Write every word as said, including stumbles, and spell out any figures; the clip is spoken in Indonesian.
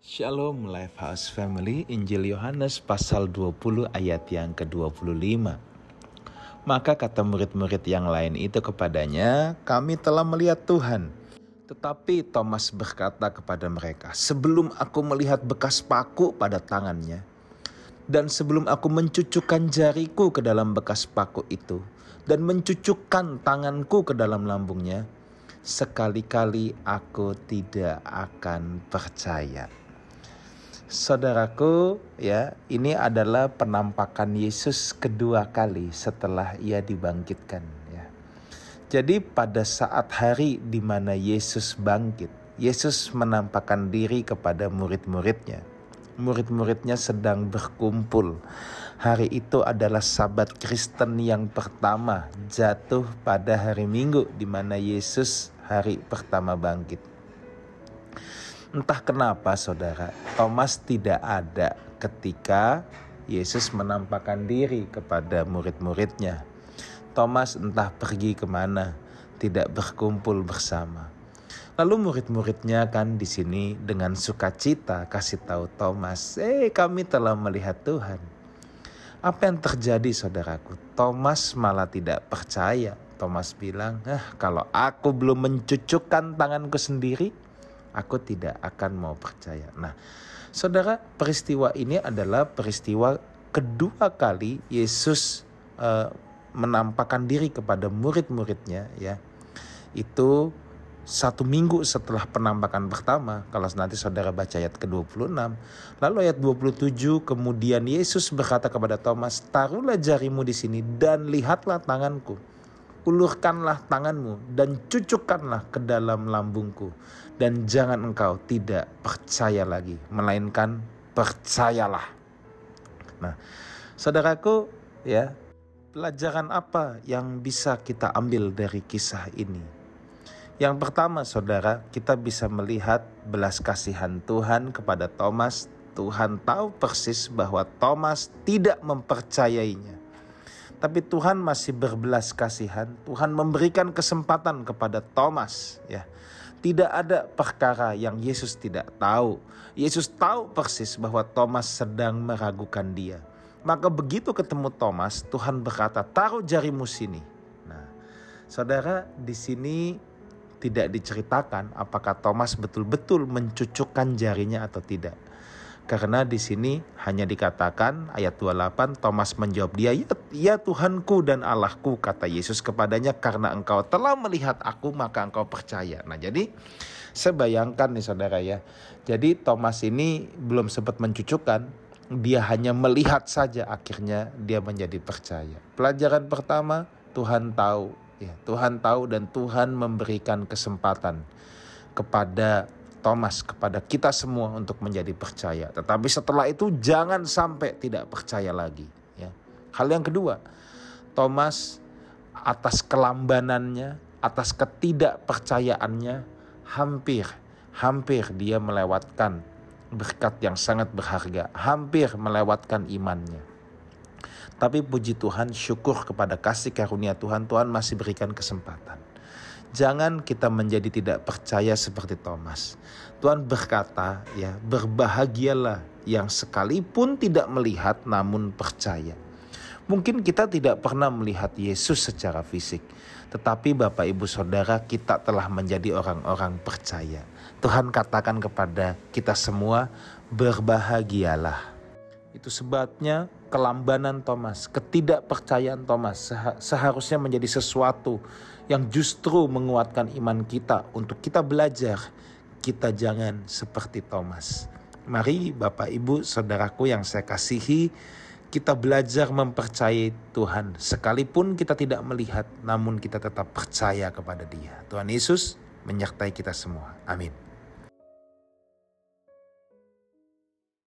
Shalom Lifehouse Family, Injil Yohanes pasal dua puluh ayat yang ke dua puluh lima. Maka kata murid-murid yang lain itu kepadanya, kami telah melihat Tuhan. Tetapi Thomas berkata kepada mereka, sebelum aku melihat bekas paku pada tangannya, dan sebelum aku mencucukkan jariku ke dalam bekas paku itu, dan mencucukkan tanganku ke dalam lambungnya, sekali-kali aku tidak akan percaya. Saudaraku, ya, ini adalah penampakan Yesus kedua kali setelah ia dibangkitkan, ya. Jadi pada saat hari di mana Yesus bangkit, Yesus menampakkan diri kepada murid-muridnya. Murid-muridnya sedang berkumpul. Hari itu adalah Sabat Kristen yang pertama, jatuh pada hari Minggu di mana Yesus hari pertama bangkit. Entah kenapa saudara, Thomas tidak ada ketika Yesus menampakkan diri kepada murid-muridnya. Thomas entah pergi kemana, tidak berkumpul bersama. Lalu murid-muridnya kan di sini dengan sukacita kasih tahu Thomas, eh kami telah melihat Tuhan. Apa yang terjadi saudaraku? Thomas malah tidak percaya. Thomas bilang, ah kalau aku belum mencucukkan tanganku sendiri, aku tidak akan mau percaya. Nah, saudara, peristiwa ini adalah peristiwa kedua kali Yesus uh, menampakkan diri kepada murid-muridnya, ya. Itu satu minggu setelah penampakan pertama. Kalau nanti saudara baca ayat ke dua puluh enam. Lalu ayat dua puluh tujuh, kemudian Yesus berkata kepada Thomas, taruhlah jarimu di sini dan lihatlah tanganku. Ulurkanlah tanganmu dan cucukkanlah ke dalam lambungku. Dan jangan engkau tidak percaya lagi, melainkan percayalah. Nah, saudaraku, ya, pelajaran apa yang bisa kita ambil dari kisah ini? Yang pertama, saudara, kita bisa melihat belas kasihan Tuhan kepada Thomas. Tuhan tahu persis bahwa Thomas tidak mempercayainya. Tapi Tuhan masih berbelas kasihan. Tuhan memberikan kesempatan kepada Thomas, ya. Tidak ada perkara yang Yesus tidak tahu. Yesus tahu persis bahwa Thomas sedang meragukan dia. Maka begitu ketemu Thomas, Tuhan berkata, taruh jarimu sini. Nah, saudara, di sini tidak diceritakan apakah Thomas betul-betul mencucukkan jarinya atau tidak. Karena di sini hanya dikatakan ayat dua puluh delapan, Thomas menjawab dia, ya, ya Tuhanku dan Allahku, kata Yesus kepadanya, karena engkau telah melihat aku maka engkau percaya. Nah, jadi saya bayangkan nih saudara, ya. Jadi Thomas ini belum sempat mencucukkan, dia hanya melihat saja, akhirnya dia menjadi percaya. Pelajaran pertama, Tuhan tahu, ya, Tuhan tahu dan Tuhan memberikan kesempatan kepada Thomas, kepada kita semua untuk menjadi percaya. Tetapi setelah itu jangan sampai tidak percaya lagi, ya. Hal yang kedua, Thomas atas kelambanannya, atas ketidakpercayaannya, hampir hampir dia melewatkan berkat yang sangat berharga, hampir melewatkan imannya. Tapi puji Tuhan, syukur kepada kasih karunia Tuhan, Tuhan masih berikan kesempatan. Jangan kita menjadi tidak percaya seperti Thomas. Tuhan berkata, ya, berbahagialah yang sekalipun tidak melihat namun percaya. Mungkin kita tidak pernah melihat Yesus secara fisik, tetapi Bapak Ibu Saudara, kita telah menjadi orang-orang percaya. Tuhan katakan kepada kita semua, berbahagialah. Itu sebabnya kelambanan Thomas, ketidakpercayaan Thomas seharusnya menjadi sesuatu yang justru menguatkan iman kita untuk kita belajar. Kita jangan seperti Thomas. Mari Bapak Ibu Saudaraku yang saya kasihi, kita belajar mempercayai Tuhan. Sekalipun kita tidak melihat, namun kita tetap percaya kepada Dia. Tuhan Yesus menyertai kita semua. Amin.